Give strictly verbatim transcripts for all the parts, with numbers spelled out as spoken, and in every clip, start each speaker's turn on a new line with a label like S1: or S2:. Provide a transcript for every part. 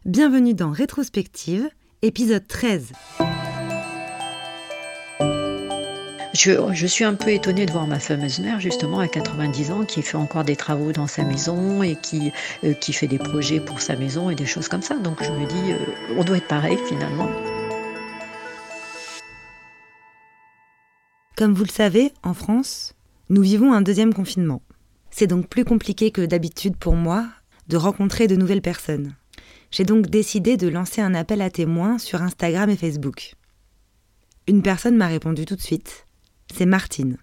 S1: Bienvenue dans Rétrospective, épisode treize.
S2: Je, je suis un peu étonnée de voir ma fameuse mère, justement, à quatre-vingt-dix ans, qui fait encore des travaux dans sa maison et qui, euh, qui fait des projets pour sa maison et des choses comme ça. Donc je me dis, euh, on doit être pareil finalement.
S1: Comme vous le savez, en France, nous vivons un deuxième confinement. C'est donc plus compliqué que d'habitude pour moi de rencontrer de nouvelles personnes. J'ai donc décidé de lancer un appel à témoins sur Instagram et Facebook. Une personne m'a répondu tout de suite. C'est Martine.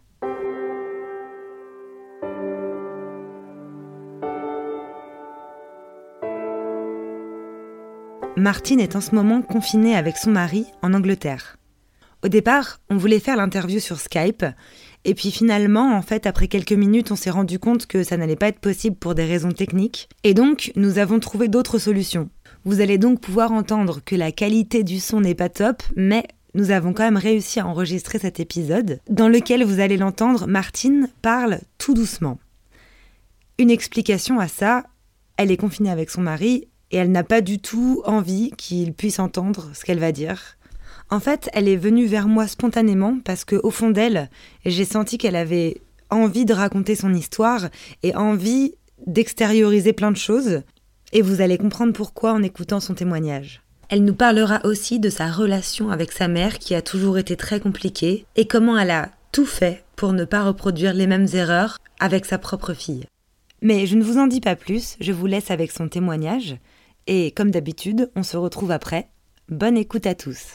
S1: Martine est en ce moment confinée avec son mari en Angleterre. Au départ, on voulait faire l'interview sur Skype, et puis finalement, en fait, après quelques minutes, on s'est rendu compte que ça n'allait pas être possible pour des raisons techniques, et donc nous avons trouvé d'autres solutions. Vous allez donc pouvoir entendre que la qualité du son n'est pas top, mais nous avons quand même réussi à enregistrer cet épisode, dans lequel vous allez l'entendre, Martine parle tout doucement. Une explication à ça, elle est confinée avec son mari, et elle n'a pas du tout envie qu'il puisse entendre ce qu'elle va dire. En fait, elle est venue vers moi spontanément parce qu'au fond d'elle, j'ai senti qu'elle avait envie de raconter son histoire et envie d'extérioriser plein de choses. Et vous allez comprendre pourquoi en écoutant son témoignage. Elle nous parlera aussi de sa relation avec sa mère qui a toujours été très compliquée et comment elle a tout fait pour ne pas reproduire les mêmes erreurs avec sa propre fille. Mais je ne vous en dis pas plus, je vous laisse avec son témoignage. Et comme d'habitude, on se retrouve après. Bonne écoute à tous.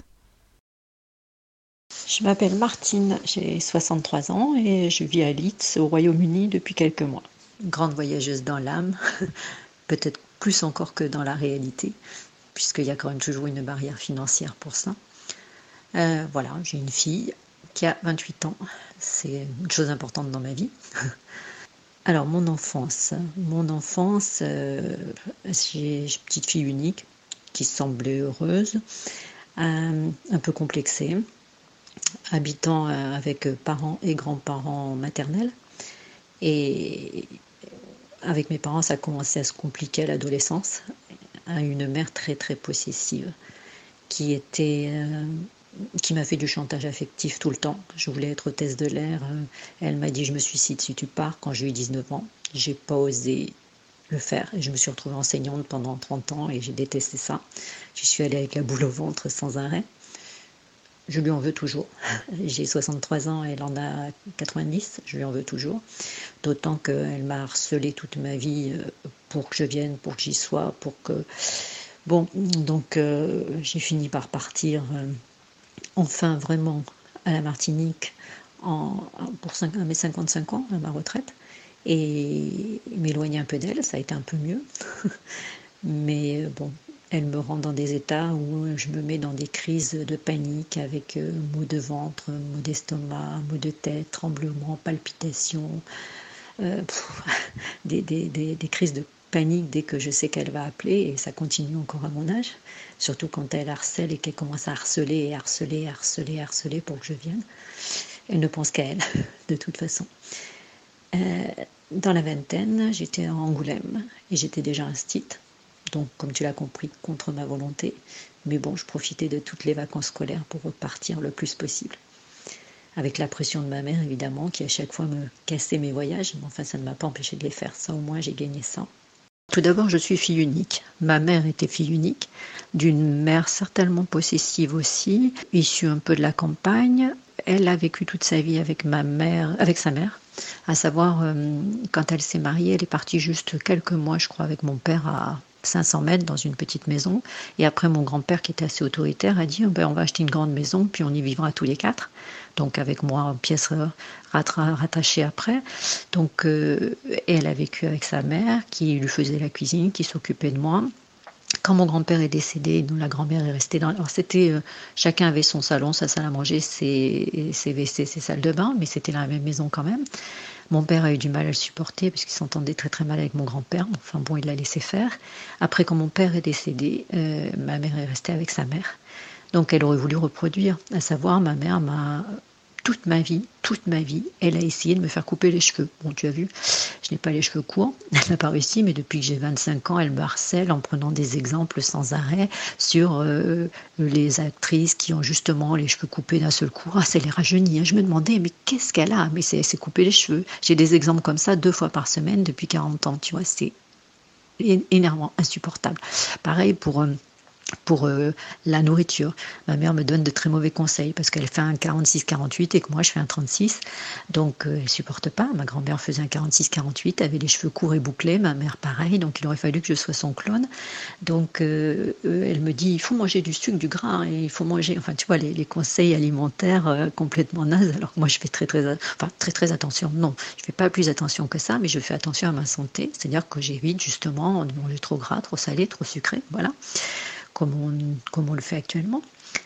S2: Je m'appelle Martine, j'ai soixante-trois ans et je vis à Leeds, au Royaume-Uni, depuis quelques mois. Grande voyageuse dans l'âme, peut-être plus encore que dans la réalité, puisqu'il y a quand même toujours une barrière financière pour ça. Euh, voilà, j'ai une fille qui a vingt-huit ans, c'est une chose importante dans ma vie. Alors, mon enfance, mon enfance, euh, j'ai une petite fille unique qui semblait heureuse, euh, un peu complexée, habitant avec parents et grands-parents maternels. Et avec mes parents, ça a commencé à se compliquer à l'adolescence. À une mère très très possessive qui était, euh, qui m'a fait du chantage affectif tout le temps. Je voulais être hôtesse de l'air. Elle m'a dit je me suicide si tu pars quand j'ai eu dix-neuf ans. J'ai pas osé le faire et je me suis retrouvée enseignante pendant trente ans et j'ai détesté ça. J'y suis allée avec la boule au ventre sans arrêt. Je lui en veux toujours. J'ai soixante-trois ans, elle en a quatre-vingt-dix, je lui en veux toujours. D'autant qu'elle m'a harcelée toute ma vie pour que je vienne, pour que j'y sois, pour que... Bon, donc euh, j'ai fini par partir euh, enfin vraiment à la Martinique en, pour cinq, à mes cinquante-cinq ans, à ma retraite, et m'éloigner un peu d'elle, ça a été un peu mieux. Mais bon... Elle me rend dans des états où je me mets dans des crises de panique avec euh, maux de ventre, maux d'estomac, maux de tête, tremblements, palpitations, euh, pff, des, des, des, des crises de panique dès que je sais qu'elle va appeler et ça continue encore à mon âge, surtout quand elle harcèle et qu'elle commence à harceler et harceler, harceler, harceler pour que je vienne. Elle ne pense qu'à elle, de toute façon. Euh, dans la vingtaine, j'étais à Angoulême et j'étais déjà instite. Donc, comme tu l'as compris, contre ma volonté. Mais bon, je profitais de toutes les vacances scolaires pour repartir le plus possible. Avec la pression de ma mère, évidemment, qui à chaque fois me cassait mes voyages. Mais enfin, ça ne m'a pas empêché de les faire. Ça, au moins, j'ai gagné ça. Tout d'abord, je suis fille unique. Ma mère était fille unique, d'une mère certainement possessive aussi, issue un peu de la campagne. Elle a vécu toute sa vie avec ma mère, avec sa mère. À savoir, euh, quand elle s'est mariée, elle est partie juste quelques mois, je crois, avec mon père à cinq cents mètres dans une petite maison. Et après, mon grand-père, qui était assez autoritaire, a dit ben, on va acheter une grande maison, puis on y vivra tous les quatre. Donc, avec moi en pièces rattachées après. Donc, euh, et elle a vécu avec sa mère, qui lui faisait la cuisine, qui s'occupait de moi. Quand mon grand-père est décédé, nous, la grand-mère est restée dans... Alors, c'était... Euh, chacun avait son salon, sa salle à manger, ses, ses W C, ses salles de bain, mais c'était la même maison quand même. Mon père a eu du mal à le supporter parce qu'il s'entendait très très mal avec mon grand-père. Enfin bon, il l'a laissé faire. Après, quand mon père est décédé, euh, ma mère est restée avec sa mère. Donc elle aurait voulu reproduire. À savoir, ma mère m'a toute ma vie, toute ma vie, elle a essayé de me faire couper les cheveux. Bon, tu as vu, je n'ai pas les cheveux courts, elle n'a pas réussi, mais depuis que j'ai vingt-cinq ans, elle me harcèle en prenant des exemples sans arrêt sur euh, les actrices qui ont justement les cheveux coupés d'un seul coup. Ah, c'est les rajeunies. Hein. Je me demandais, mais qu'est-ce qu'elle a? Mais c'est, c'est couper les cheveux. J'ai des exemples comme ça deux fois par semaine depuis quarante ans, tu vois, c'est énervant, insupportable. Pareil pour... Euh, pour euh, la nourriture. Ma mère me donne de très mauvais conseils parce qu'elle fait un quarante-six quarante-huit et que moi je fais un trente-six. Donc euh, elle supporte pas. Ma grand-mère faisait un quarante-six quarante-huit, avait les cheveux courts et bouclés. Ma mère pareil. Donc il aurait fallu que je sois son clone. Donc euh, euh, elle me dit il faut manger du sucre, du gras et il faut manger. Enfin tu vois les, les conseils alimentaires euh, complètement nazes. Alors que moi je fais très très enfin très très attention. Non, je fais pas plus attention que ça, mais je fais attention à ma santé. C'est-à-dire que j'évite justement de manger trop gras, trop salé, trop sucré. Voilà. Comme on, comme on le fait actuellement.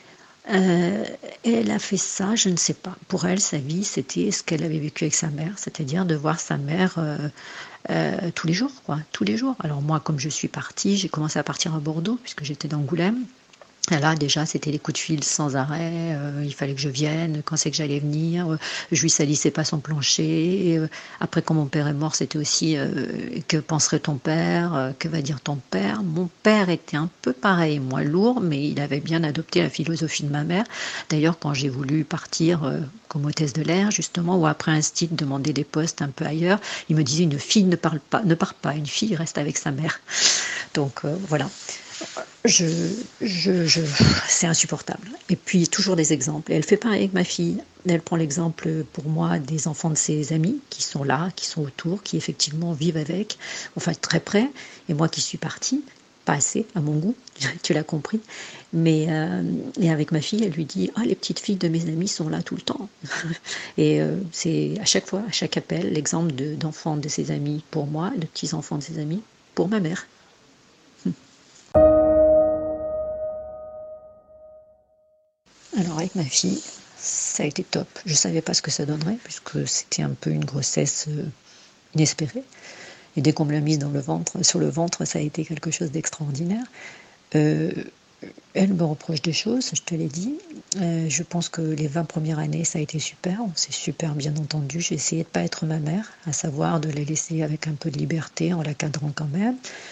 S2: Euh, elle a fait ça, je ne sais pas. Pour elle, sa vie, c'était ce qu'elle avait vécu avec sa mère, c'est-à-dire de voir sa mère euh, euh, tous les jours, quoi, tous les jours. Alors moi, comme je suis partie, j'ai commencé à partir à Bordeaux, puisque j'étais d'Angoulême. Là, déjà, c'était les coups de fil sans arrêt. Euh, il fallait que je vienne. Quand c'est que j'allais venir? euh, Je lui salissais pas son plancher. Et, euh, après, quand mon père est mort, c'était aussi euh, que penserait ton père? euh, Que va dire ton père? Mon père était un peu pareil, moins lourd, mais il avait bien adopté la philosophie de ma mère. D'ailleurs, quand j'ai voulu partir euh, comme hôtesse de l'air, justement, ou après un style demander des postes un peu ailleurs, il me disait une fille ne parle pas, ne part pas. Une fille reste avec sa mère. Donc euh, voilà. Je, je, je, c'est insupportable. Et puis, toujours des exemples. Et elle fait pareil avec ma fille. Elle prend l'exemple, pour moi, des enfants de ses amis qui sont là, qui sont autour, qui effectivement vivent avec, enfin très près. Et moi qui suis partie, pas assez à mon goût, tu l'as compris. Mais euh, et avec ma fille, elle lui dit ah, les petites filles de mes amis sont là tout le temps. Et euh, c'est à chaque fois, à chaque appel, l'exemple de, d'enfants de ses amis pour moi, de petits-enfants de ses amis pour ma mère. Alors avec ma fille, ça a été top. Je ne savais pas ce que ça donnerait, puisque c'était un peu une grossesse euh, inespérée. Et dès qu'on me l'a mise dans le ventre, sur le ventre, ça a été quelque chose d'extraordinaire. Euh, elle me reproche des choses, je te l'ai dit. Euh, je pense que les vingt premières années, ça a été super. On s'est super bien entendu. J'ai essayé de ne pas être ma mère, à savoir de la laisser avec un peu de liberté, en la cadrant quand même.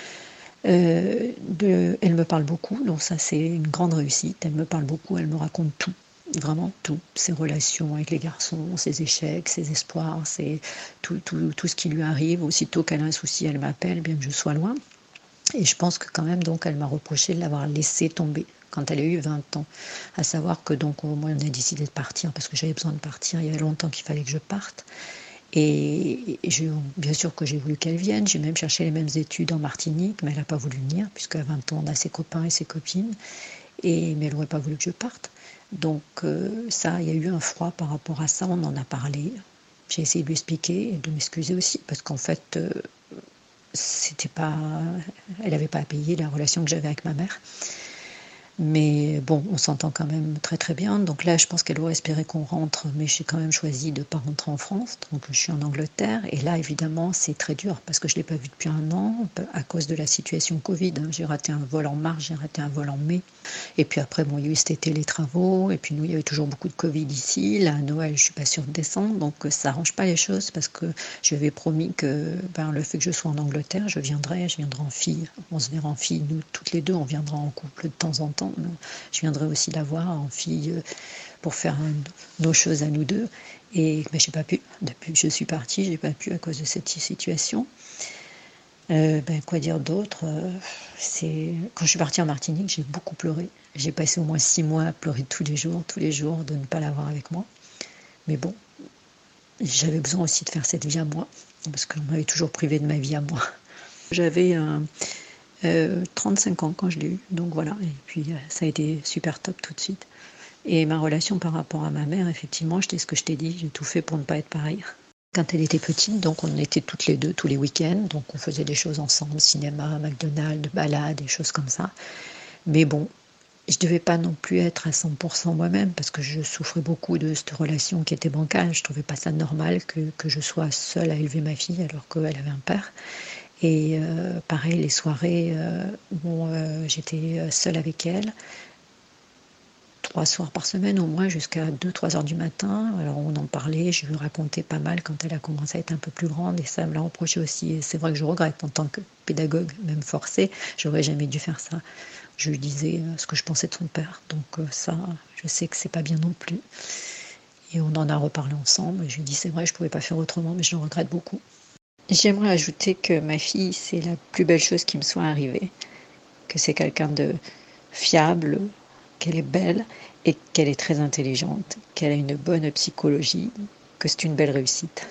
S2: Euh, de, elle me parle beaucoup, donc ça c'est une grande réussite. Elle me parle beaucoup, elle me raconte tout, vraiment tout. Ses relations avec les garçons, ses échecs, ses espoirs, c'est tout, tout, tout ce qui lui arrive. Aussitôt qu'elle a un souci, elle m'appelle, bien que je sois loin. Et je pense que quand même, donc, elle m'a reproché de l'avoir laissé tomber quand elle a eu vingt ans. À savoir que donc au moins on a décidé de partir parce que j'avais besoin de partir. Il y avait longtemps qu'il fallait que je parte. Et je, bien sûr que j'ai voulu qu'elle vienne, j'ai même cherché les mêmes études en Martinique, mais elle n'a pas voulu venir, puisqu'à vingt ans, on a ses copains et ses copines, et, mais elle n'aurait pas voulu que je parte. Donc euh, ça, il y a eu un froid par rapport à ça, on en a parlé. J'ai essayé de lui expliquer et de m'excuser aussi, parce qu'en fait, euh, c'était pas, elle n'avait pas à payer la relation que j'avais avec ma mère. Mais bon, on s'entend quand même très très bien. Donc là, je pense qu'elle aurait espéré qu'on rentre, mais j'ai quand même choisi de ne pas rentrer en France. Donc je suis en Angleterre. Et là, évidemment, c'est très dur parce que je ne l'ai pas vue depuis un an à cause de la situation Covid. J'ai raté un vol en mars, j'ai raté un vol en mai. Et puis après, bon, il y a eu cet été les travaux. Et puis nous, il y avait toujours beaucoup de Covid ici. Là, à Noël, je ne suis pas sûre de descendre. Donc ça n'arrange pas les choses parce que je lui avais promis que ben, le fait que je sois en Angleterre, je viendrai, je viendrai en fille. On se verra en fille. Nous, toutes les deux, on viendra en couple de temps en temps. Je viendrai aussi la voir en fille pour faire un, nos choses à nous deux. Et ben, je n'ai pas pu. Depuis que je suis partie, je n'ai pas pu à cause de cette situation. Euh, ben, quoi dire d'autre? C'est... Quand je suis partie en Martinique, j'ai beaucoup pleuré. J'ai passé au moins six mois à pleurer tous les jours, tous les jours, de ne pas l'avoir avec moi. Mais bon, j'avais besoin aussi de faire cette vie à moi, parce qu'on m'avait toujours privé de ma vie à moi. J'avais un... Euh, trente-cinq ans quand je l'ai eu, donc voilà, et puis euh, ça a été super top tout de suite. Et ma relation par rapport à ma mère, effectivement, c'était ce que je t'ai dit, j'ai tout fait pour ne pas être pareil. Quand elle était petite, donc on était toutes les deux tous les week-ends, donc on faisait des choses ensemble, cinéma, McDonald's, balades, des choses comme ça. Mais bon, je devais pas non plus être à cent pour cent moi-même parce que je souffrais beaucoup de cette relation qui était bancale. Je trouvais pas ça normal que, que je sois seule à élever ma fille alors qu'elle avait un père. Et euh, pareil, les soirées, euh, bon, euh, j'étais seule avec elle. trois soirs par semaine au moins jusqu'à deux trois heures du matin. Alors on en parlait, je lui racontais pas mal quand elle a commencé à être un peu plus grande et ça me l'a reproché aussi. Et c'est vrai que je regrette en tant que pédagogue, même forcée, j'aurais jamais dû faire ça. Je lui disais euh, ce que je pensais de son père. Donc euh, ça, je sais que c'est pas bien non plus. Et on en a reparlé ensemble. Et je lui dis c'est vrai, je pouvais pas faire autrement, mais je le regrette beaucoup. J'aimerais ajouter que ma fille, c'est la plus belle chose qui me soit arrivée. Que c'est quelqu'un de fiable, qu'elle est belle et qu'elle est très intelligente, qu'elle a une bonne psychologie, que c'est une belle réussite.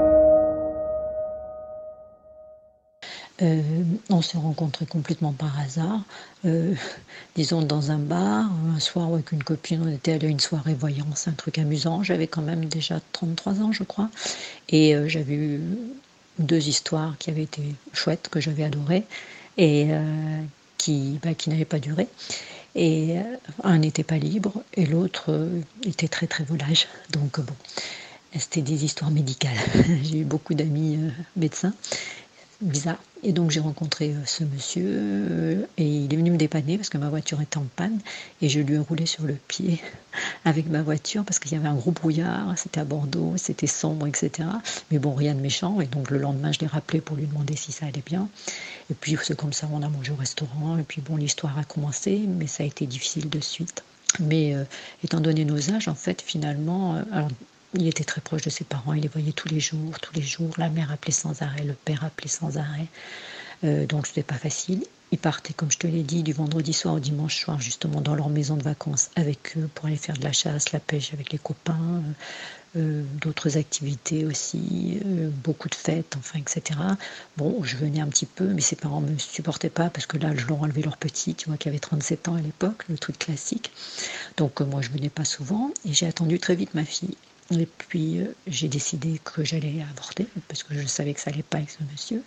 S2: Euh, on s'est rencontrés complètement par hasard, euh, disons dans un bar, un soir avec une copine, on était allé à une soirée voyance, un truc amusant. J'avais quand même déjà trente-trois ans, je crois, et euh, j'avais eu deux histoires qui avaient été chouettes, que j'avais adorées, et euh, qui, bah, qui n'avaient pas duré. Et euh, un n'était pas libre et l'autre euh, était très très volage. Donc euh, bon, c'était des histoires médicales. J'ai eu beaucoup d'amis euh, médecins, bizarre. Et donc j'ai rencontré euh, ce monsieur euh, et il est venu me dépanner parce que ma voiture était en panne et je lui ai roulé sur le pied avec ma voiture parce qu'il y avait un gros brouillard, c'était à Bordeaux, c'était sombre, et cetera. Mais bon, rien de méchant. Et donc le lendemain, je l'ai rappelé pour lui demander si ça allait bien. Et puis c'est comme ça, on a mangé au restaurant. Et puis bon, l'histoire a commencé, mais ça a été difficile de suite. Mais euh, étant donné nos âges, en fait, finalement, euh, alors, il était très proche de ses parents, il les voyait tous les jours, tous les jours. La mère appelait sans arrêt, le père appelait sans arrêt. Euh, donc c'était pas facile. Ils partaient, comme je te l'ai dit, du vendredi soir au dimanche soir, justement dans leur maison de vacances avec eux pour aller faire de la chasse, la pêche avec les copains, euh, d'autres activités aussi, euh, beaucoup de fêtes, enfin, et cetera. Bon, je venais un petit peu, mais ses parents me supportaient pas parce que là, je leur enlevais leur petit, tu vois, qui avait trente-sept ans à l'époque, le truc classique. Donc euh, moi, je venais pas souvent et j'ai attendu très vite ma fille. Et puis euh, j'ai décidé que j'allais avorter parce que je savais que ça allait pas avec ce monsieur.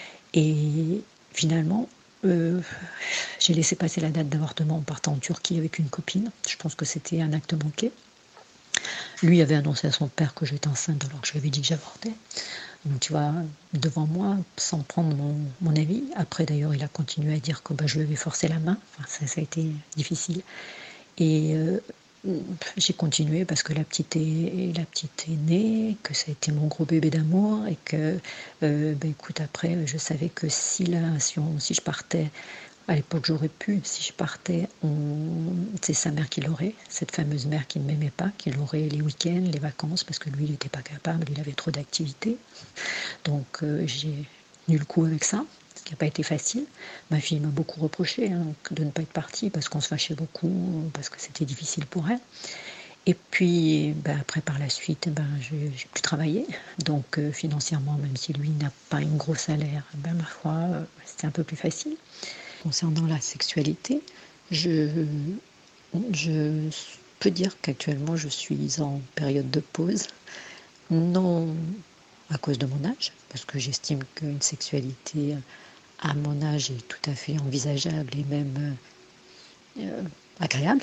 S2: Et finalement, euh, j'ai laissé passer la date d'avortement en partant en Turquie avec une copine. Je pense que c'était un acte manqué. Lui avait annoncé à son père que j'étais enceinte alors que je lui avais dit que j'avortais. Donc tu vois, devant moi, sans prendre mon, mon avis. Après d'ailleurs, il a continué à dire que bah, je lui avais forcé la main. Enfin, ça, ça a été difficile. Et euh, j'ai continué parce que la petite est, la petite est née, que ça a été mon gros bébé d'amour et que, euh, bah, écoute, après, je savais que si, là, si, on, si je partais, à l'époque j'aurais pu, si je partais, on... c'est sa mère qui l'aurait, cette fameuse mère qui ne m'aimait pas, qui l'aurait les week-ends, les vacances, parce que lui, il n'était pas capable, il avait trop d'activités. Donc euh, j'ai eu le coup avec ça, ce qui n'a pas été facile. Ma fille m'a beaucoup reproché hein, de ne pas être partie parce qu'on se fâchait beaucoup, parce que c'était difficile pour elle. Et puis ben, après par la suite, ben, j'ai, j'ai pu travailler. Donc euh, financièrement, même si lui n'a pas un gros salaire, ben, ma foi, euh, c'était un peu plus facile. Concernant la sexualité, je, je peux dire qu'actuellement je suis en période de pause. Non à cause de mon âge, parce que j'estime qu'une sexualité à mon âge est tout à fait envisageable et même euh, agréable,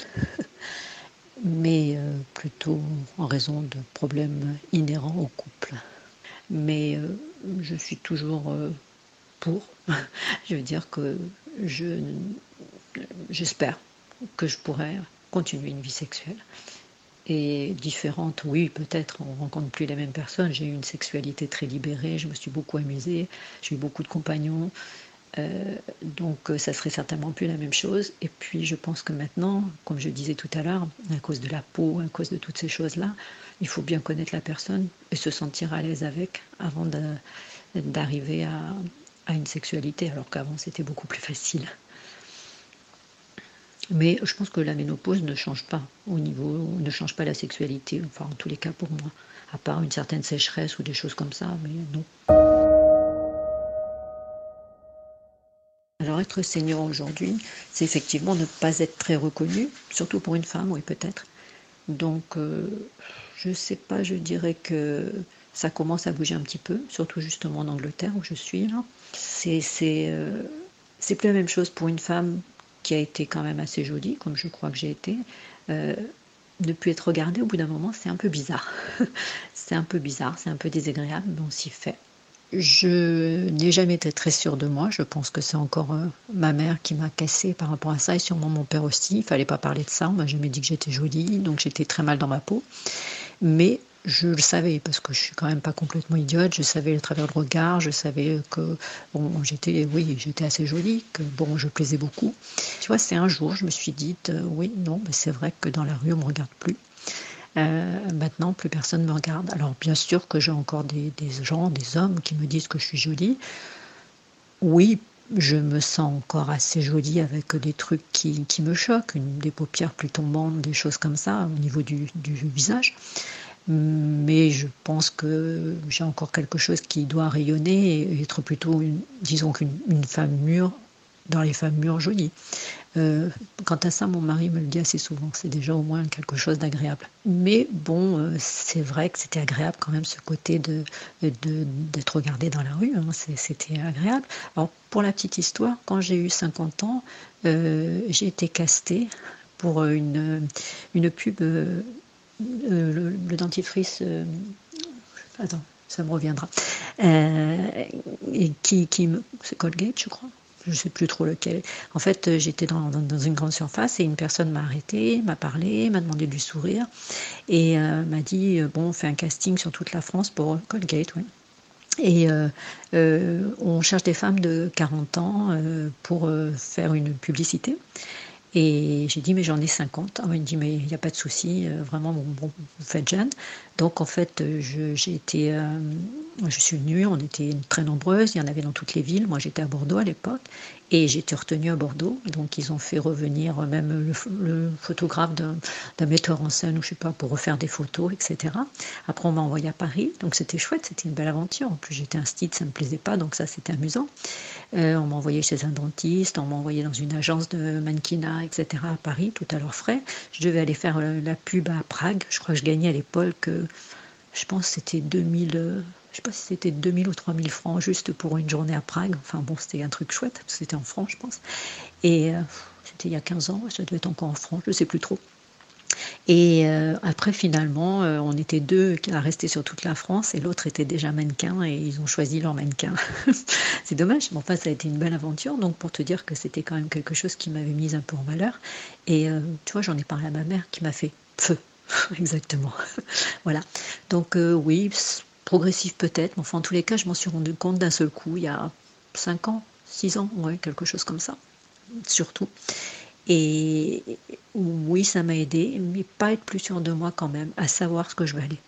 S2: mais euh, plutôt en raison de problèmes inhérents au couple. Mais euh, je suis toujours euh, pour. Je veux dire que je, j'espère que je pourrai continuer une vie sexuelle. Et différente, oui, peut-être, on ne rencontre plus les mêmes personnes. J'ai eu une sexualité très libérée, je me suis beaucoup amusée, j'ai eu beaucoup de compagnons, euh, donc euh, ça serait certainement plus la même chose. Et puis je pense que maintenant, comme je disais tout à l'heure, à cause de la peau, à cause de toutes ces choses-là, il faut bien connaître la personne et se sentir à l'aise avec avant de, d'arriver à, à une sexualité, alors qu'avant c'était beaucoup plus facile. Mais je pense que la ménopause ne change pas au niveau, ne change pas la sexualité, enfin en tous les cas pour moi, à part une certaine sécheresse ou des choses comme ça, mais non. Alors être senior aujourd'hui, c'est effectivement ne pas être très reconnu, surtout pour une femme, oui peut-être. Donc euh, je sais pas, je dirais que ça commence à bouger un petit peu, surtout justement en Angleterre où je suis là. C'est, c'est, euh, c'est plus la même chose pour une femme qui a été quand même assez jolie, comme je crois que j'ai été. Euh, ne plus être regardée au bout d'un moment, c'est un peu bizarre. C'est un peu bizarre, c'est un peu désagréable, mais on s'y fait. Je n'ai jamais été très sûre de moi. Je pense que c'est encore euh, ma mère qui m'a cassée par rapport à ça et sûrement mon père aussi. Il fallait pas parler de ça. On m'a jamais dit que j'étais jolie, donc j'étais très mal dans ma peau. Mais je le savais parce que je suis quand même pas complètement idiote. Je savais à travers le regard, je savais que bon, j'étais, oui, j'étais assez jolie, que bon, je plaisais beaucoup. Tu vois, c'est un jour, je me suis dit, euh, oui, non, mais c'est vrai que dans la rue, on me regarde plus. Euh, maintenant, plus personne me regarde. Alors, bien sûr que j'ai encore des, des gens, des hommes qui me disent que je suis jolie. Oui, je me sens encore assez jolie avec des trucs qui, qui me choquent, une, des paupières plus tombantes, des choses comme ça au niveau du, du visage. Mais je pense que j'ai encore quelque chose qui doit rayonner et être plutôt, une, disons qu'une une femme mûre, dans les femmes mûres jolies. Euh, quant à ça, mon mari me le dit assez souvent, c'est déjà au moins quelque chose d'agréable. Mais bon, euh, c'est vrai que c'était agréable quand même ce côté de, de, d'être regardée dans la rue, hein, c'est, c'était agréable. Alors pour la petite histoire, quand j'ai eu cinquante ans, euh, j'ai été castée pour une, une pub, euh, le, le dentifrice, euh, attends, ça me reviendra, euh, et qui, qui me, c'est Colgate je crois. Je ne sais plus trop lequel. En fait, j'étais dans, dans, dans une grande surface et une personne m'a arrêtée, m'a parlé, m'a demandé de lui sourire et euh, m'a dit euh, bon, on fait un casting sur toute la France pour Colgate, oui. Et euh, euh, on cherche des femmes de quarante ans euh, pour euh, faire une publicité. Et j'ai dit, mais j'en ai cinquante. Ah, il me dit, mais il n'y a pas de souci, euh, vraiment, bon, bon, vous faites jeune. Donc, en fait, je, j'ai été, euh, je suis venue, on était très nombreuses, il y en avait dans toutes les villes. Moi, j'étais à Bordeaux à l'époque, et j'ai été retenue à Bordeaux. Donc, ils ont fait revenir même le, le photographe d'un, d'un metteur en scène, ou je sais pas, pour refaire des photos, et cetera. Après, on m'a envoyé à Paris, donc c'était chouette, c'était une belle aventure. En plus, j'étais instite, ça me plaisait pas, donc ça, c'était amusant. Euh, on m'a envoyé chez un dentiste, on m'a envoyé dans une agence de mannequinat, et cetera à Paris, tout à leurs frais. Je devais aller faire la pub à Prague. Je crois que je gagnais à l'époque, euh, je pense que c'était deux mille, euh, je sais pas si c'était deux mille ou trois mille francs juste pour une journée à Prague. Enfin bon, c'était un truc chouette, parce que c'était en francs, je pense. Et euh, c'était il y a quinze ans, ça devait être encore en francs, je ne sais plus trop. Et euh, après, finalement, euh, on était deux à rester sur toute la France et l'autre était déjà mannequin et ils ont choisi leur mannequin. C'est dommage, mais enfin, ça a été une belle aventure. Donc, pour te dire que c'était quand même quelque chose qui m'avait mise un peu en valeur. Et euh, tu vois, j'en ai parlé à ma mère qui m'a fait feu. Exactement. Voilà. Donc, euh, oui, progressif peut-être, mais enfin, en tous les cas, je m'en suis rendu compte d'un seul coup, il y a cinq ans, six ans, ouais, quelque chose comme ça, surtout. Et oui, ça m'a aidé, mais pas être plus sûre de moi quand même, à savoir ce que je veux aller.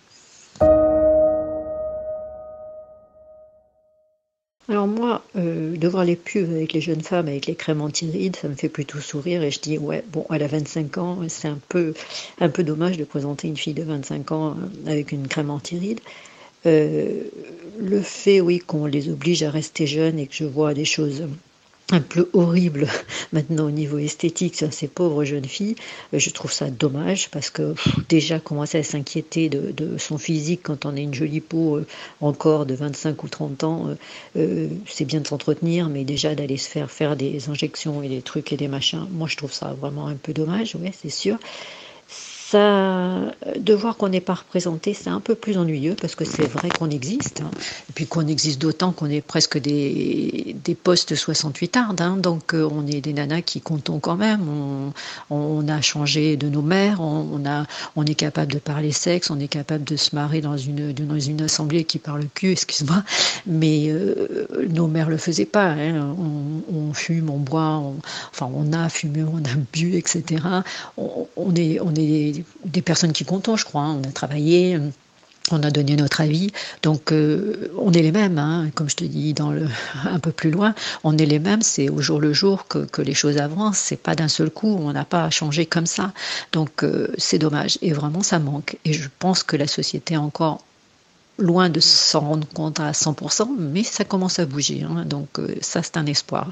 S2: Alors moi, euh, de voir les pubs avec les jeunes femmes, avec les crèmes anti-rides, ça me fait plutôt sourire et je dis, ouais, bon, elle a vingt-cinq ans, c'est un peu, un peu dommage de présenter une fille de vingt-cinq ans avec une crème anti-rides. Euh, le fait, oui, qu'on les oblige à rester jeunes et que je vois des choses un peu horrible maintenant au niveau esthétique sur ces pauvres jeunes filles, je trouve ça dommage parce que pff, déjà commencer à s'inquiéter de, de son physique quand on a une jolie peau euh, encore de vingt-cinq ou trente ans, euh, euh, c'est bien de s'entretenir, mais déjà d'aller se faire faire des injections et des trucs et des machins, moi je trouve ça vraiment un peu dommage, ouais, c'est sûr. Ça, de voir qu'on n'est pas représenté, c'est un peu plus ennuyeux parce que c'est vrai qu'on existe, hein. Et puis qu'on existe d'autant qu'on est presque des, des postes soixante-huit ardes, hein. Donc euh, on est des nanas qui comptons quand même, on, on a changé de nos mères, on, on, a, on est capable de parler sexe, on est capable de se marrer dans une, dans une assemblée qui parle cul, excuse-moi, mais euh, nos mères le faisaient pas, hein. On, on fume, on boit, on, enfin on a fumé, on a bu, et cetera. On, on est, on est des personnes qui comptent, je crois, hein. On a travaillé, on a donné notre avis, donc euh, on est les mêmes, hein. Comme je te dis dans le, un peu plus loin, on est les mêmes, c'est au jour le jour que, que les choses avancent, c'est pas d'un seul coup, on n'a pas à changer comme ça, donc euh, c'est dommage, et vraiment ça manque, et je pense que la société est encore loin de s'en rendre compte à cent pour cent, mais ça commence à bouger, hein. Donc euh, ça c'est un espoir.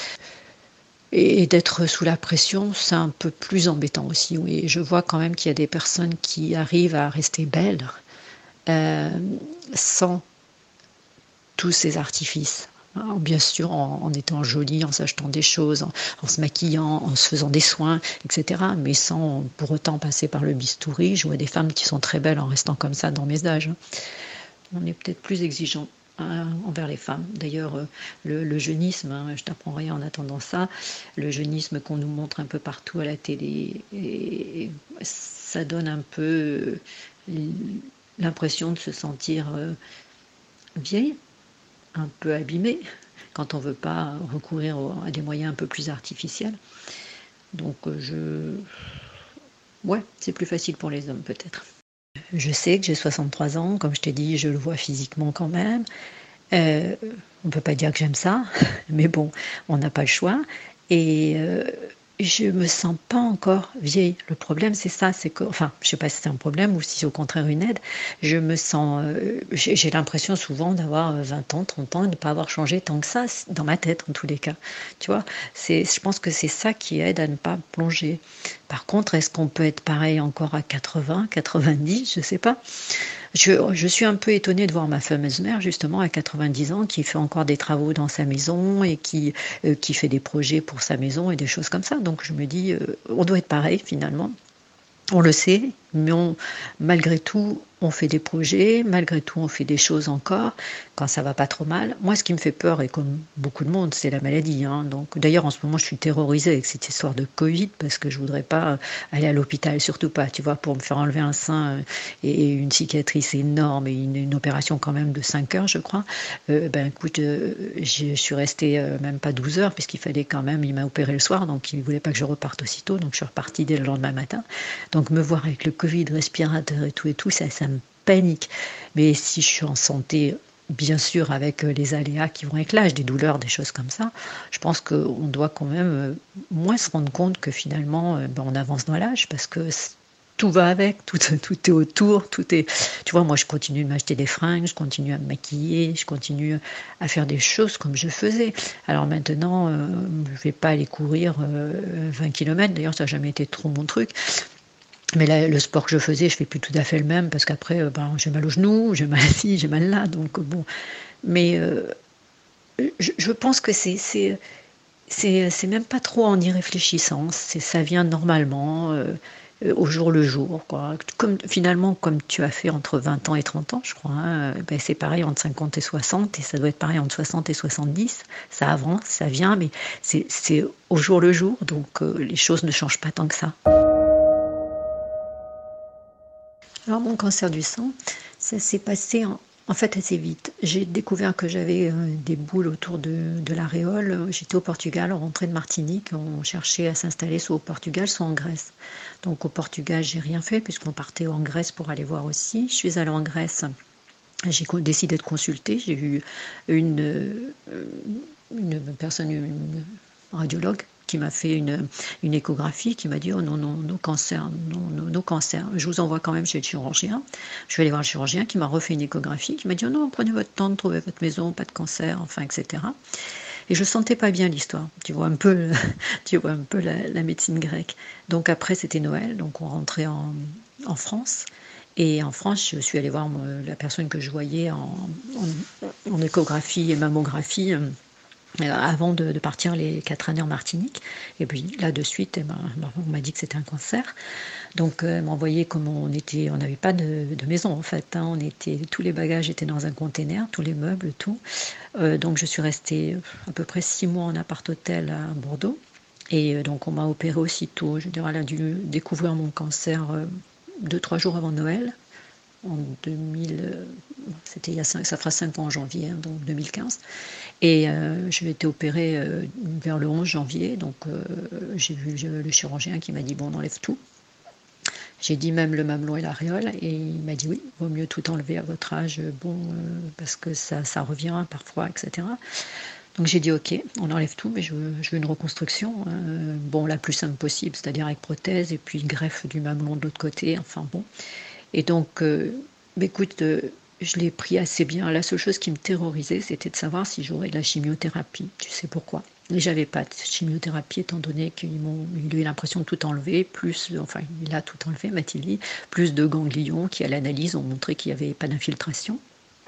S2: Et d'être sous la pression, c'est un peu plus embêtant aussi. Oui, je vois quand même qu'il y a des personnes qui arrivent à rester belles euh, sans tous ces artifices. Alors, bien sûr, en, en étant jolie, en s'achetant des choses, en, en se maquillant, en se faisant des soins, et cetera. Mais sans pour autant passer par le bistouri. Je vois des femmes qui sont très belles en restant comme ça dans mes âges. On est peut-être plus exigeants hein, envers les femmes. D'ailleurs, euh, le, le jeunisme, hein, je t'apprends rien en attendant ça, le jeunisme qu'on nous montre un peu partout à la télé, et, et ça donne un peu euh, l'impression de se sentir euh, vieille, un peu abîmée, quand on veut pas recourir à des moyens un peu plus artificiels. Donc euh, je... Ouais, c'est plus facile pour les hommes peut-être. Je sais que j'ai soixante-trois ans, comme je t'ai dit, je le vois physiquement quand même. Euh, on ne peut pas dire que j'aime ça, mais bon, on n'a pas le choix. Et euh, je me sens pas encore vieille. Le problème, c'est ça, c'est que, enfin, je sais pas si c'est un problème ou si c'est au contraire une aide. Je me sens, euh, j'ai, j'ai l'impression souvent d'avoir vingt ans, trente ans et de ne pas avoir changé tant que ça, dans ma tête en tous les cas. Tu vois, c'est, je pense que c'est ça qui aide à ne pas plonger. Par contre, est-ce qu'on peut être pareil encore à quatre-vingts, quatre-vingt-dix? Je sais pas. Je, je suis un peu étonnée de voir ma fameuse mère, justement, à quatre-vingt-dix ans, qui fait encore des travaux dans sa maison et qui, euh, qui fait des projets pour sa maison et des choses comme ça. Donc je me dis, euh, on doit être pareil finalement. On le sait, mais on, malgré tout, on fait des projets, malgré tout, on fait des choses encore, quand ça va pas trop mal. Moi, ce qui me fait peur, et comme beaucoup de monde, c'est la maladie. Hein. Donc, d'ailleurs, en ce moment, je suis terrorisée avec cette histoire de Covid, parce que je voudrais pas aller à l'hôpital, surtout pas, tu vois, pour me faire enlever un sein et une cicatrice énorme et une, une opération quand même de cinq heures, je crois. Euh, ben, écoute, euh, je suis restée euh, même pas douze heures, puisqu'il fallait quand même, il m'a opéré le soir, donc il voulait pas que je reparte aussitôt, donc je suis repartie dès le lendemain matin. Donc, me voir avec le Covid, respirateur et tout et tout, ça, ça me panique. Mais si je suis en santé, bien sûr, avec les aléas qui vont avec l'âge, des douleurs, des choses comme ça, je pense qu'on doit quand même moins se rendre compte que finalement, ben, on avance dans l'âge parce que tout va avec, tout, tout est autour, tout est... Tu vois, moi, je continue de m'acheter des fringues, je continue à me maquiller, je continue à faire des choses comme je faisais. Alors maintenant, euh, je ne vais pas aller courir euh, vingt kilomètres, d'ailleurs, ça n'a jamais été trop mon truc. Mais là, le sport que je faisais, je fais plus tout à fait le même parce qu'après, euh, ben, j'ai mal au genou, j'ai mal ici, j'ai mal là. Donc euh, bon, mais euh, je, je pense que c'est c'est c'est c'est même pas trop en y réfléchissant. C'est ça vient normalement euh, euh, au jour le jour, quoi. Comme finalement comme tu as fait entre vingt ans et trente ans, je crois. Hein, ben, c'est pareil entre cinquante et soixante et ça doit être pareil entre soixante et soixante-dix. Ça avance, ça vient, mais c'est c'est au jour le jour. Donc euh, les choses ne changent pas tant que ça. Alors mon cancer du sang, ça s'est passé en, en fait assez vite. J'ai découvert que j'avais euh, des boules autour de, de l'aréole. J'étais au Portugal, on rentrait de Martinique, on cherchait à s'installer soit au Portugal, soit en Grèce. Donc au Portugal, j'ai rien fait puisqu'on partait en Grèce pour aller voir aussi. Je suis allée en Grèce, j'ai décidé de consulter. J'ai eu une, une personne, une radiologue qui m'a fait une, une échographie, qui m'a dit oh non, non, nos cancers, non, nos, nos cancers. Je vous envoie quand même chez le chirurgien. Je suis allée voir le chirurgien qui m'a refait une échographie, qui m'a dit oh non, prenez votre temps de trouver votre maison, pas de cancer, enfin, et cetera. Et je sentais pas bien l'histoire. Tu vois un peu, tu vois un peu la, la médecine grecque. Donc après, c'était Noël, donc on rentrait en, en France. Et en France, je suis allée voir la personne que je voyais en, en, en échographie et mammographie avant de, de partir les quatre années en Martinique. Et puis là de suite, eh ben, on m'a dit que c'était un cancer. Donc elle m'a envoyé comme on était, on n'avait pas de, de maison en fait. Hein, on était, tous les bagages étaient dans un container, tous les meubles, tout. Euh, donc je suis restée à peu près six mois en appart-hôtel à Bordeaux. Et euh, donc on m'a opéré aussitôt. Je veux dire, elle a dû découvrir mon cancer euh, deux, trois jours avant Noël. En deux mille, c'était il y a cinq, ça fera cinq ans en janvier, hein, donc deux mille quinze. Et euh, j'ai été opérée euh, vers le onze janvier, donc euh, j'ai vu le chirurgien qui m'a dit bon, on enlève tout. J'ai dit même le mamelon et l'aréole, et il m'a dit oui, vaut mieux tout enlever à votre âge, bon, euh, parce que ça, ça revient parfois, et cetera. Donc j'ai dit ok, on enlève tout, mais je veux, je veux une reconstruction, euh, bon, la plus simple possible, c'est-à-dire avec prothèse, et puis greffe du mamelon de l'autre côté, enfin bon. Et donc, euh, écoute, euh, je l'ai pris assez bien. La seule chose qui me terrorisait, c'était de savoir si j'aurais de la chimiothérapie. Tu sais pourquoi? Et j'avais pas de chimiothérapie, étant donné qu'ils m'ont il a eu l'impression de tout enlever, plus, enfin, il a tout enlevé, m'a-t-il dit, plus de ganglions qui, à l'analyse, ont montré qu'il n'y avait pas d'infiltration.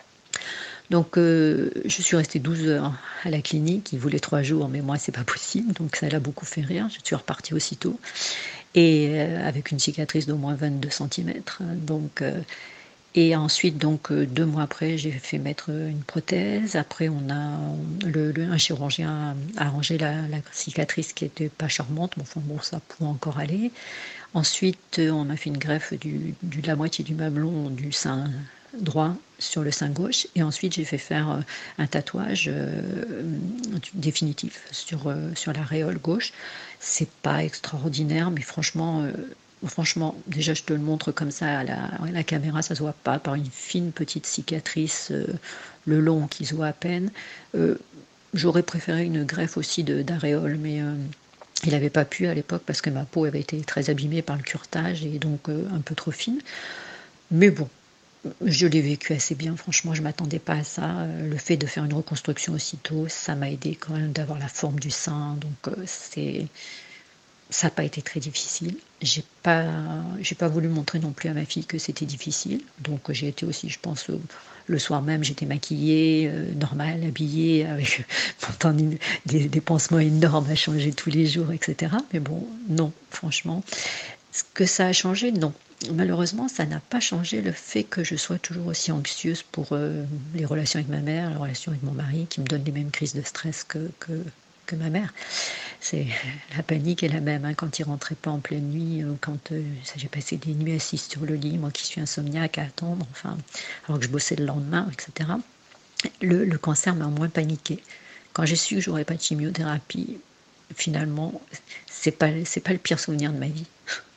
S2: Donc, euh, je suis restée douze heures à la clinique. Il voulait trois jours, mais moi, c'est pas possible. Donc, ça l'a beaucoup fait rire. Je suis repartie aussitôt. Et euh, avec une cicatrice d'au moins vingt-deux centimètres. Donc, euh, Et ensuite, donc, euh, deux mois après, j'ai fait mettre une prothèse. Après, on a le, le- un chirurgien a arrangé la, la cicatrice qui était pas charmante, mais enfin bon, ça pouvait encore aller. Ensuite, euh, on m'a fait une greffe du, du- de la moitié du mamelon du sein droit sur le sein gauche. Et ensuite, j'ai fait faire euh, un tatouage euh, définitif sur, euh, sur l'aréole gauche. C'est pas extraordinaire, mais franchement, euh, franchement, déjà, je te le montre comme ça à la, à la caméra, ça se voit pas, par une fine petite cicatrice, euh, le long qui se voit à peine. Euh, J'aurais préféré une greffe aussi de- d'aréole, mais euh, il n'avait pas pu à l'époque parce que ma peau avait été très abîmée par le curetage et donc euh, un peu trop fine. Mais bon, je l'ai vécu assez bien, franchement, je ne m'attendais pas à ça. Euh, Le fait de faire une reconstruction aussitôt, ça m'a aidé quand même d'avoir la forme du sein. Donc euh, c'est ça n'a pas été très difficile. J'ai pas, j'ai pas voulu montrer non plus à ma fille que c'était difficile. Donc j'ai été aussi, je pense, euh, le soir même, j'étais maquillée, euh, normale, habillée, avec pourtant une- des, des pansements énormes à changer tous les jours, et cetera. Mais bon, non, franchement. Ce que ça a changé, non. Malheureusement, ça n'a pas changé le fait que je sois toujours aussi anxieuse pour euh, les relations avec ma mère, les relations avec mon mari, qui me donnent les mêmes crises de stress que, que, que ma mère. C'est la panique est la même hein, quand il rentrait pas en pleine nuit, ou quand euh, ça, j'ai passé des nuits assises sur le lit, moi qui suis insomniaque à attendre, enfin, alors que je bossais le lendemain, et cetera. Le, le cancer m'a moins paniqué. Quand j'ai su que j'aurais pas de chimiothérapie, finalement, c'est pas c'est pas le pire souvenir de ma vie.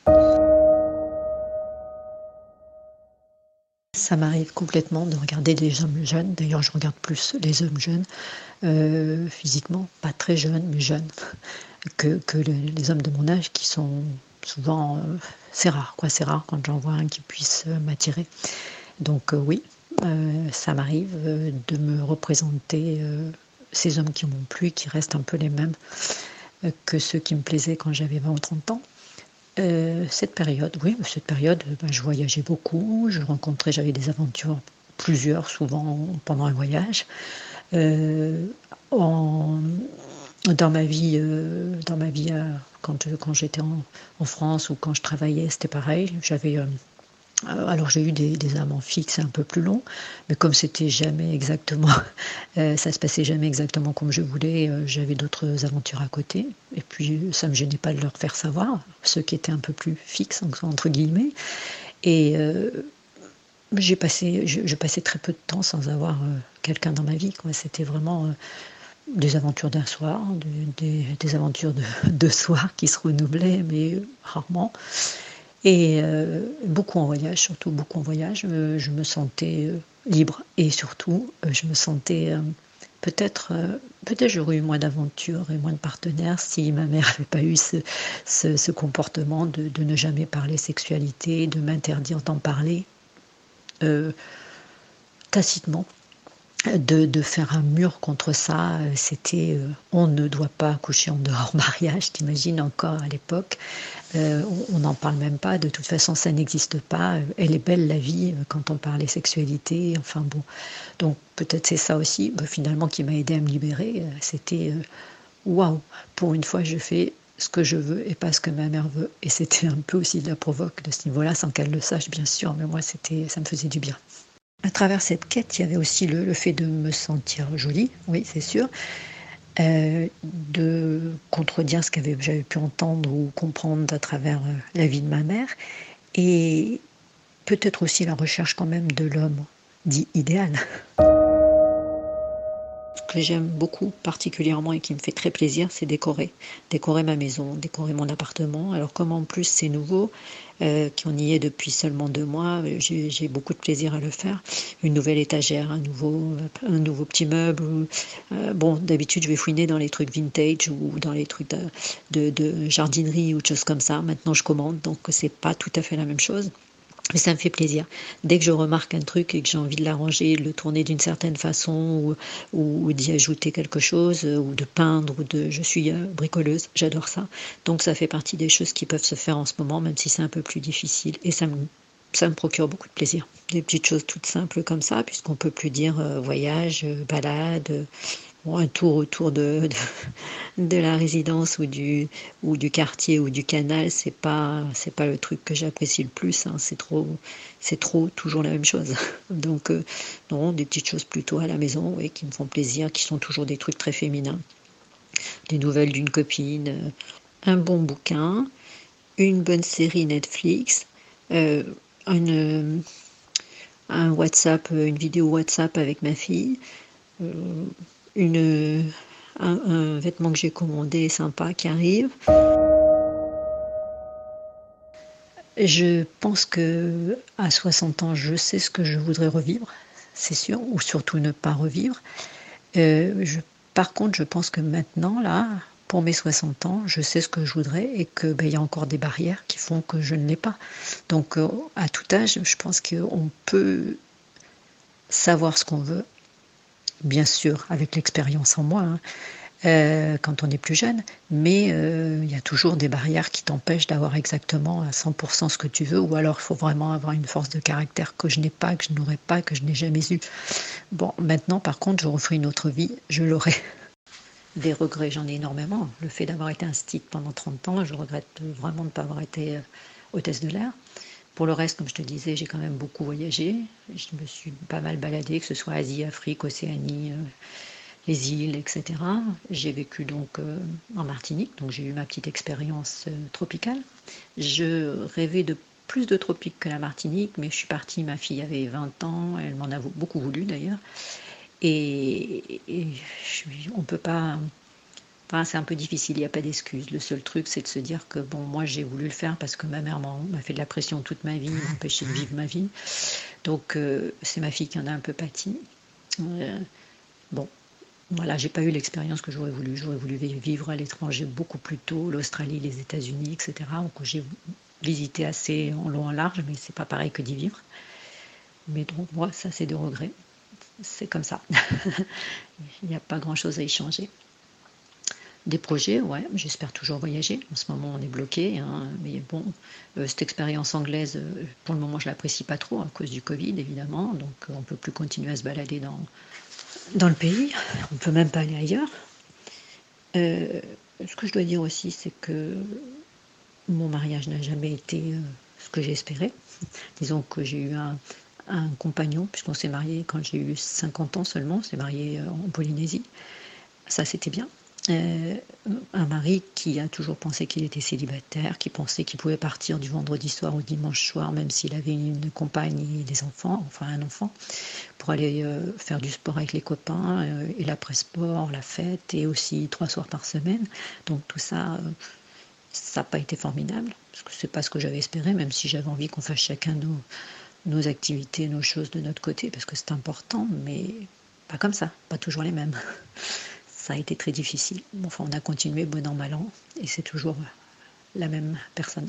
S2: Ça m'arrive complètement de regarder des hommes jeunes. D'ailleurs, je regarde plus les hommes jeunes, euh, physiquement, pas très jeunes, mais jeunes, que, que les, les hommes de mon âge qui sont souvent. Euh, c'est rare, quoi. C'est rare quand j'en vois un qui puisse euh, m'attirer. Donc, euh, oui, euh, ça m'arrive euh, de me représenter euh, ces hommes qui m'ont plu, qui restent un peu les mêmes euh, que ceux qui me plaisaient quand j'avais vingt ou trente ans. Euh, cette période, oui, cette période, ben, je voyageais beaucoup, je rencontrais, j'avais des aventures, plusieurs, souvent pendant un voyage. Euh, en, dans ma vie, euh, dans ma vie euh, quand, quand j'étais en, en France ou quand je travaillais, c'était pareil. J'avais euh, alors j'ai eu des, des amants fixes un peu plus longs, mais comme c'était jamais exactement, euh, ça se passait jamais exactement comme je voulais, euh, j'avais d'autres aventures à côté. Et puis ça me gênait pas de leur faire savoir, ceux qui étaient un peu plus fixes entre guillemets. Et euh, j'ai passé, je, je passais très peu de temps sans avoir euh, quelqu'un dans ma vie, quoi. C'était vraiment euh, des aventures d'un soir, des, des, des aventures de deux soirs qui se renouvelaient, mais rarement. Et euh, beaucoup en voyage, surtout beaucoup en voyage. Euh, je me sentais euh, libre et surtout, euh, je me sentais euh, peut-être, euh, peut-être j'aurais eu moins d'aventures et moins de partenaires si ma mère n'avait pas eu ce, ce, ce comportement de, de ne jamais parler sexualité, de m'interdire d'en parler euh, tacitement. De, de faire un mur contre ça, euh, c'était euh, on ne doit pas coucher en dehors mariage, t'imagines encore à l'époque. Euh, on n'en parle même pas, de toute façon ça n'existe pas. Elle est belle la vie euh, quand on parlait sexualité, enfin bon. Donc peut-être c'est ça aussi, bah, finalement, qui m'a aidé à me libérer. Euh, C'était euh, waouh, pour une fois je fais ce que je veux et pas ce que ma mère veut. Et c'était un peu aussi de la provoque de ce niveau-là, sans qu'elle le sache bien sûr, mais moi c'était, ça me faisait du bien. À travers cette quête, il y avait aussi le, le fait de me sentir jolie, oui c'est sûr, euh, de contredire ce que j'avais pu entendre ou comprendre à travers euh, la vie de ma mère, et peut-être aussi la recherche quand même de l'homme dit idéal. Ce que j'aime beaucoup particulièrement et qui me fait très plaisir, c'est décorer. Décorer ma maison, décorer mon appartement. Alors comme en plus c'est nouveau, euh, qu'on y est depuis seulement deux mois, j'ai, j'ai beaucoup de plaisir à le faire. Une nouvelle étagère, un nouveau, un nouveau petit meuble. Euh, bon, d'habitude je vais fouiner dans les trucs vintage ou dans les trucs de, de, de jardinerie ou de choses comme ça. Maintenant je commande, donc c'est pas tout à fait la même chose. Mais ça me fait plaisir. Dès que je remarque un truc et que j'ai envie de l'arranger, de le tourner d'une certaine façon, ou, ou, ou d'y ajouter quelque chose, ou de peindre, ou de... Je suis euh, bricoleuse, j'adore ça. Donc ça fait partie des choses qui peuvent se faire en ce moment, même si c'est un peu plus difficile. Et ça me, ça me procure beaucoup de plaisir. Des petites choses toutes simples comme ça, puisqu'on peut plus dire euh, voyage, euh, balade, euh, Bon, un tour autour de, de, de la résidence ou du, ou du quartier ou du canal, c'est pas, c'est pas le truc que j'apprécie le plus. Hein. C'est trop, c'est trop toujours la même chose. Donc, euh, non, des petites choses plutôt à la maison, oui, qui me font plaisir, qui sont toujours des trucs très féminins. Des nouvelles d'une copine, euh, un bon bouquin, une bonne série Netflix, euh, une, un WhatsApp, une vidéo WhatsApp avec ma fille. Euh, une, un, un vêtement que j'ai commandé sympa qui arrive. Je pense que à soixante ans, je sais ce que je voudrais revivre, c'est sûr, ou surtout ne pas revivre. Euh, je, par contre, je pense que maintenant, là, pour mes soixante ans, je sais ce que je voudrais et que ben, y a encore des barrières qui font que je ne l'ai pas. Donc, euh, à tout âge, je pense qu'on peut savoir ce qu'on veut, bien sûr, avec l'expérience en moi, hein, euh, quand on est plus jeune, mais il euh, y a toujours des barrières qui t'empêchent d'avoir exactement à cent pour cent ce que tu veux, ou alors il faut vraiment avoir une force de caractère que je n'ai pas, que je n'aurais pas, que je n'ai jamais eu. Bon, maintenant, par contre, je referai une autre vie, je l'aurai. Des regrets, j'en ai énormément. Le fait d'avoir été instite pendant trente ans, je regrette vraiment de ne pas avoir été hôtesse de l'air. Pour le reste, comme je te disais, j'ai quand même beaucoup voyagé. Je me suis pas mal baladée, que ce soit Asie, Afrique, Océanie, euh, les îles, et cetera. J'ai vécu donc euh, en Martinique, donc j'ai eu ma petite expérience euh, tropicale. Je rêvais de plus de tropiques que la Martinique, mais je suis partie, ma fille avait vingt ans, elle m'en a beaucoup voulu d'ailleurs. Et, et je, on peut pas... Enfin, c'est un peu difficile, il n'y a pas d'excuse. Le seul truc, c'est de se dire que bon, moi j'ai voulu le faire parce que ma mère m'a, m'a fait de la pression toute ma vie, m'a empêché de vivre ma vie. Donc euh, c'est ma fille qui en a un peu pâti. Euh, bon, voilà, j'ai pas eu l'expérience que j'aurais voulu. J'aurais voulu vivre à l'étranger beaucoup plus tôt, l'Australie, les États-Unis, et cetera. Donc j'ai visité assez en long en large, mais c'est pas pareil que d'y vivre. Mais donc moi, ça c'est de regret. C'est comme ça. Il n'y a pas grand-chose à y changer. Des projets, ouais, j'espère toujours voyager. En ce moment, on est bloqué, hein, mais bon, euh, cette expérience anglaise, euh, pour le moment, je l'apprécie pas trop à cause du Covid, évidemment. Donc, euh, on peut plus continuer à se balader dans, dans le pays. On peut même pas aller ailleurs. Euh, ce que je dois dire aussi, c'est que mon mariage n'a jamais été euh, ce que j'espérais. Disons que j'ai eu un, un compagnon, puisqu'on s'est marié quand j'ai eu cinquante ans seulement, on s'est marié euh, en Polynésie. Ça, c'était bien. Euh, un mari qui a toujours pensé qu'il était célibataire, qui pensait qu'il pouvait partir du vendredi soir au dimanche soir, même s'il avait une compagne et des enfants, enfin un enfant, pour aller euh, faire du sport avec les copains, euh, et l'après-sport, la fête, et aussi trois soirs par semaine. Donc tout ça, euh, ça n'a pas été formidable, parce que c'est pas ce que j'avais espéré, même si j'avais envie qu'on fasse chacun nos, nos activités, nos choses de notre côté, parce que c'est important, mais pas comme ça, pas toujours les mêmes. Ça a été très difficile. Enfin, on a continué bon an, mal an, et c'est toujours la même personne.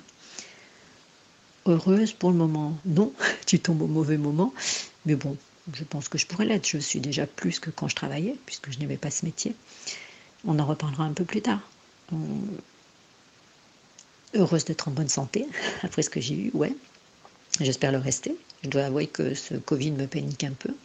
S2: Heureuse pour le moment, non, tu tombes au mauvais moment, mais bon, je pense que je pourrais l'être. Je suis déjà plus que quand je travaillais, puisque je n'aimais pas ce métier. On en reparlera un peu plus tard. Heureuse d'être en bonne santé, après ce que j'ai eu, ouais. J'espère le rester. Je dois avouer que ce Covid me panique un peu.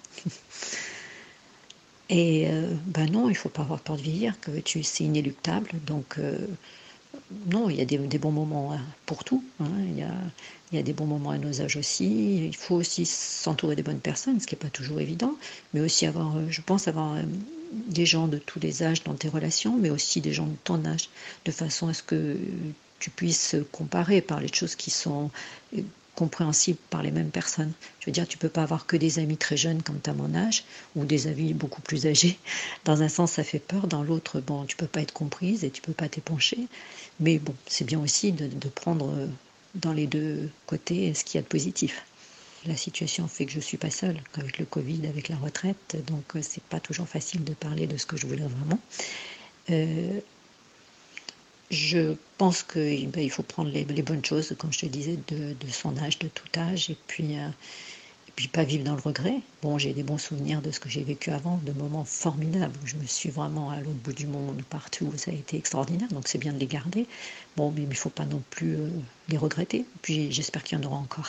S2: Et euh, ben non, il ne faut pas avoir peur de vieillir, que tu, c'est inéluctable. Donc, euh, non, il y a des, des bons moments hein, pour tout. Hein. Il y a, il y a des bons moments à nos âges aussi. Il faut aussi s'entourer des bonnes personnes, ce qui n'est pas toujours évident. Mais aussi avoir, je pense, avoir euh, des gens de tous les âges dans tes relations, mais aussi des gens de ton âge, de façon à ce que tu puisses comparer, parler de choses qui sont compréhensible par les mêmes personnes. Je veux dire, tu peux pas avoir que des amis très jeunes comme tu as mon âge, ou des amis beaucoup plus âgés. Dans un sens, ça fait peur. Dans l'autre, bon, tu peux pas être comprise et tu peux pas t'épancher. Mais bon, c'est bien aussi de, de prendre dans les deux côtés ce qu'il y a de positif. La situation fait que je suis pas seule, avec le Covid, avec la retraite, donc c'est pas toujours facile de parler de ce que je voulais vraiment. Euh, Je pense qu'il ben, faut prendre les, les bonnes choses, comme je te disais, de, de son âge, de tout âge, et puis, euh, et puis pas vivre dans le regret. Bon, j'ai des bons souvenirs de ce que j'ai vécu avant, de moments formidables où je me suis vraiment à l'autre bout du monde, partout, où ça a été extraordinaire, donc c'est bien de les garder. Bon, mais il ne faut pas non plus euh, les regretter, puis j'espère qu'il y en aura encore.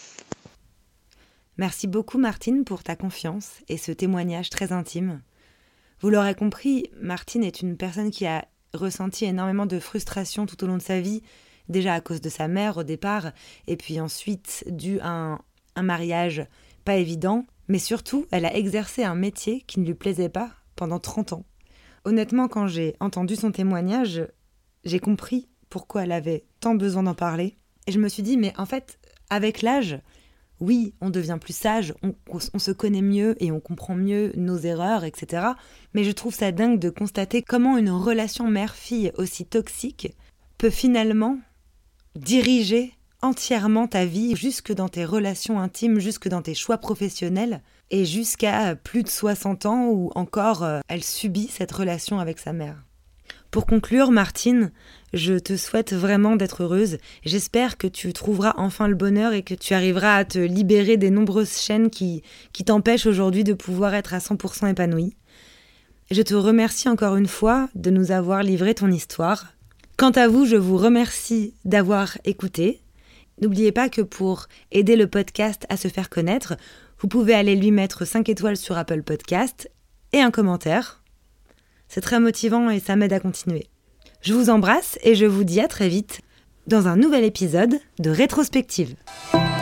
S1: Merci beaucoup Martine pour ta confiance et ce témoignage très intime. Vous l'aurez compris, Martine est une personne qui a ressenti énormément de frustration tout au long de sa vie, déjà à cause de sa mère au départ, et puis ensuite dû à un, un mariage pas évident, mais surtout, elle a exercé un métier qui ne lui plaisait pas pendant trente ans. Honnêtement, quand j'ai entendu son témoignage, j'ai compris pourquoi elle avait tant besoin d'en parler. Et je me suis dit, mais en fait, avec l'âge, oui, on devient plus sage, on, on se connaît mieux et on comprend mieux nos erreurs, et cetera. Mais je trouve ça dingue de constater comment une relation mère-fille aussi toxique peut finalement diriger entièrement ta vie, jusque dans tes relations intimes, jusque dans tes choix professionnels, et jusqu'à plus de soixante ans où encore euh, elle subit cette relation avec sa mère. Pour conclure, Martine, je te souhaite vraiment d'être heureuse. J'espère que tu trouveras enfin le bonheur et que tu arriveras à te libérer des nombreuses chaînes qui, qui t'empêchent aujourd'hui de pouvoir être à cent pour cent épanouie. Je te remercie encore une fois de nous avoir livré ton histoire. Quant à vous, je vous remercie d'avoir écouté. N'oubliez pas que pour aider le podcast à se faire connaître, vous pouvez aller lui mettre cinq étoiles sur Apple Podcast et un commentaire. C'est très motivant et ça m'aide à continuer. Je vous embrasse et je vous dis à très vite dans un nouvel épisode de Rétrospective.